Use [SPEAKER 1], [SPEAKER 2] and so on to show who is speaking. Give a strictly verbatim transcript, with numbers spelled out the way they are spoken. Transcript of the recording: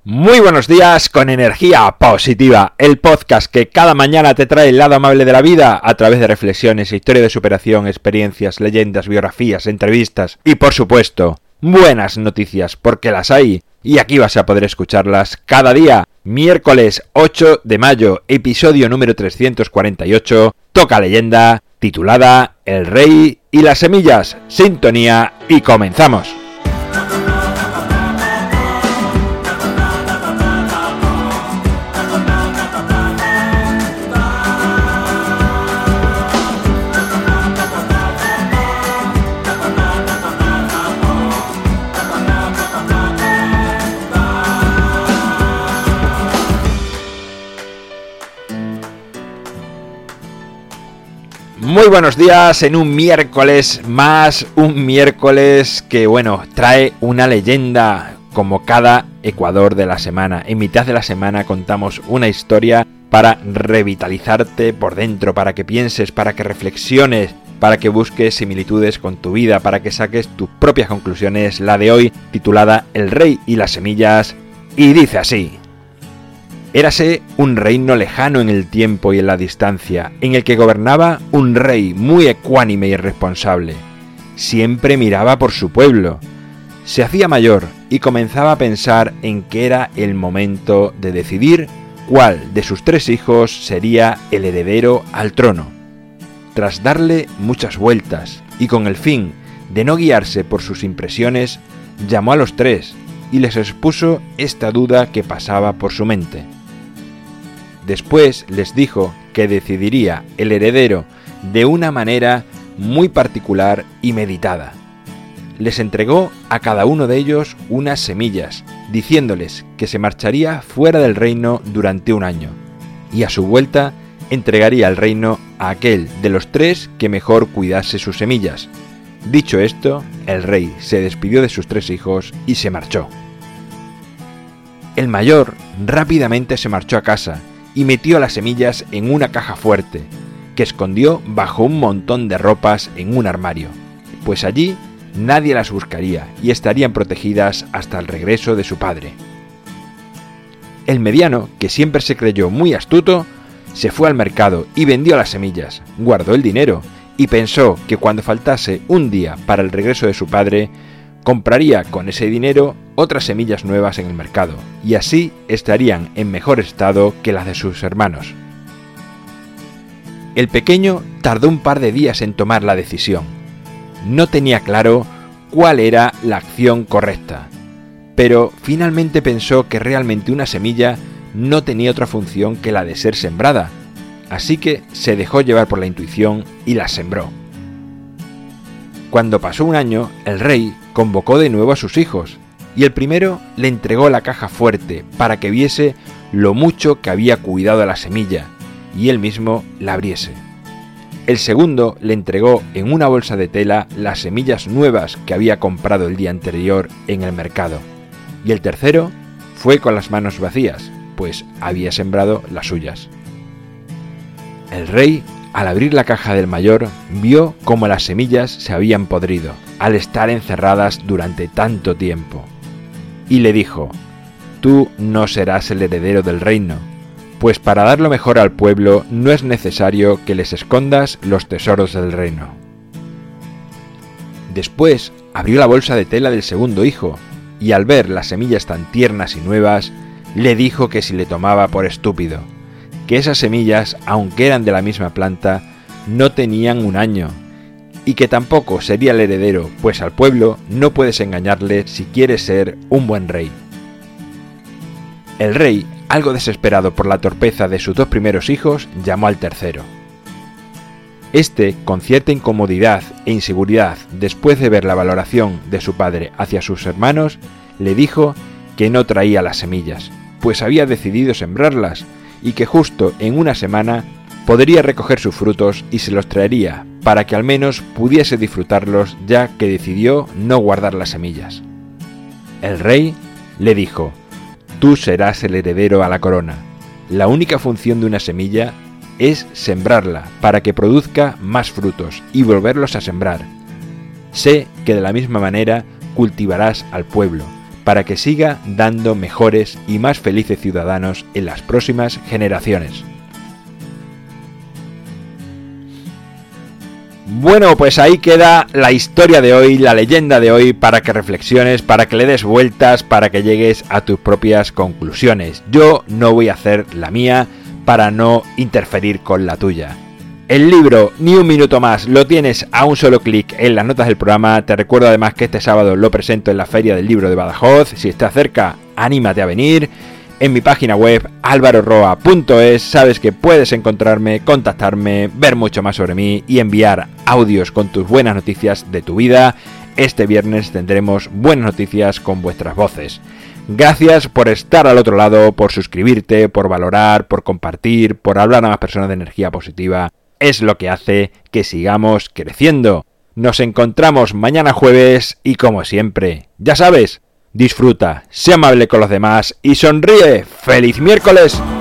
[SPEAKER 1] Muy buenos días con energía positiva, el podcast que cada mañana te trae el lado amable de la vida a través de reflexiones, historia de superación, experiencias, leyendas, biografías, entrevistas y por supuesto, buenas noticias porque las hay y aquí vas a poder escucharlas cada día. Miércoles ocho de mayo, episodio número trescientos cuarenta y ocho, toca leyenda titulada El Rey y las Semillas. Sintonía y comenzamos. Muy buenos días en un miércoles más, un miércoles que bueno, trae una leyenda como cada Ecuador de la semana. En mitad de la semana contamos una historia para revitalizarte por dentro, para que pienses, para que reflexiones, para que busques similitudes con tu vida, para que saques tus propias conclusiones. La de hoy titulada El Rey y las Semillas y dice así. Érase un reino lejano en el tiempo y en la distancia, en el que gobernaba un rey muy ecuánime y responsable. Siempre miraba por su pueblo. Se hacía mayor y comenzaba a pensar en que era el momento de decidir cuál de sus tres hijos sería el heredero al trono. Tras darle muchas vueltas y con el fin de no guiarse por sus impresiones, llamó a los tres y les expuso esta duda que pasaba por su mente. Después les dijo que decidiría el heredero de una manera muy particular y meditada. Les entregó a cada uno de ellos unas semillas, diciéndoles que se marcharía fuera del reino durante un año, y a su vuelta entregaría el reino a aquel de los tres que mejor cuidase sus semillas. Dicho esto, el rey se despidió de sus tres hijos y se marchó. El mayor rápidamente se marchó a casa y metió las semillas en una caja fuerte, que escondió bajo un montón de ropas en un armario, pues allí nadie las buscaría y estarían protegidas hasta el regreso de su padre. El mediano, que siempre se creyó muy astuto, se fue al mercado y vendió las semillas, guardó el dinero y pensó que cuando faltase un día para el regreso de su padre, compraría con ese dinero otras semillas nuevas en el mercado, y así estarían en mejor estado que las de sus hermanos. El pequeño tardó un par de días en tomar la decisión. No tenía claro cuál era la acción correcta, pero finalmente pensó que realmente una semilla no tenía otra función que la de ser sembrada, así que se dejó llevar por la intuición y la sembró. Cuando pasó un año, el rey convocó de nuevo a sus hijos, y el primero le entregó la caja fuerte para que viese lo mucho que había cuidado de la semilla, y él mismo la abriese. El segundo le entregó en una bolsa de tela las semillas nuevas que había comprado el día anterior en el mercado, y el tercero fue con las manos vacías, pues había sembrado las suyas. El rey, al abrir la caja del mayor, vio cómo las semillas se habían podrido, al estar encerradas durante tanto tiempo. Y le dijo, «Tú no serás el heredero del reino, pues para dar lo mejor al pueblo no es necesario que les escondas los tesoros del reino». Después abrió la bolsa de tela del segundo hijo, y al ver las semillas tan tiernas y nuevas, le dijo que si le tomaba por estúpido, que esas semillas, aunque eran de la misma planta, no tenían un año, y que tampoco sería el heredero, pues al pueblo no puedes engañarle si quieres ser un buen rey. El rey, algo desesperado por la torpeza de sus dos primeros hijos, llamó al tercero. Este, con cierta incomodidad e inseguridad después de ver la valoración de su padre hacia sus hermanos, le dijo que no traía las semillas, pues había decidido sembrarlas, y que justo en una semana podría recoger sus frutos y se los traería, para que al menos pudiese disfrutarlos, ya que decidió no guardar las semillas. El rey le dijo, «Tú serás el heredero a la corona. La única función de una semilla es sembrarla para que produzca más frutos y volverlos a sembrar. Sé que de la misma manera cultivarás al pueblo, para que siga dando mejores y más felices ciudadanos en las próximas generaciones. Bueno, pues ahí queda la historia de hoy, la leyenda de hoy, para que reflexiones, para que le des vueltas, para que llegues a tus propias conclusiones. Yo no voy a hacer la mía para no interferir con la tuya. El libro Ni un minuto más lo tienes a un solo clic en las notas del programa. Te recuerdo además que este sábado lo presento en la Feria del Libro de Badajoz. Si estás cerca, anímate a venir. En mi página web alvaro roa punto es sabes que puedes encontrarme, contactarme, ver mucho más sobre mí y enviar audios con tus buenas noticias de tu vida. Este viernes tendremos buenas noticias con vuestras voces. Gracias por estar al otro lado, por suscribirte, por valorar, por compartir, por hablar a más personas de energía positiva. Es lo que hace que sigamos creciendo. Nos encontramos mañana jueves y como siempre, ya sabes, disfruta, sé amable con los demás y sonríe. ¡Feliz miércoles!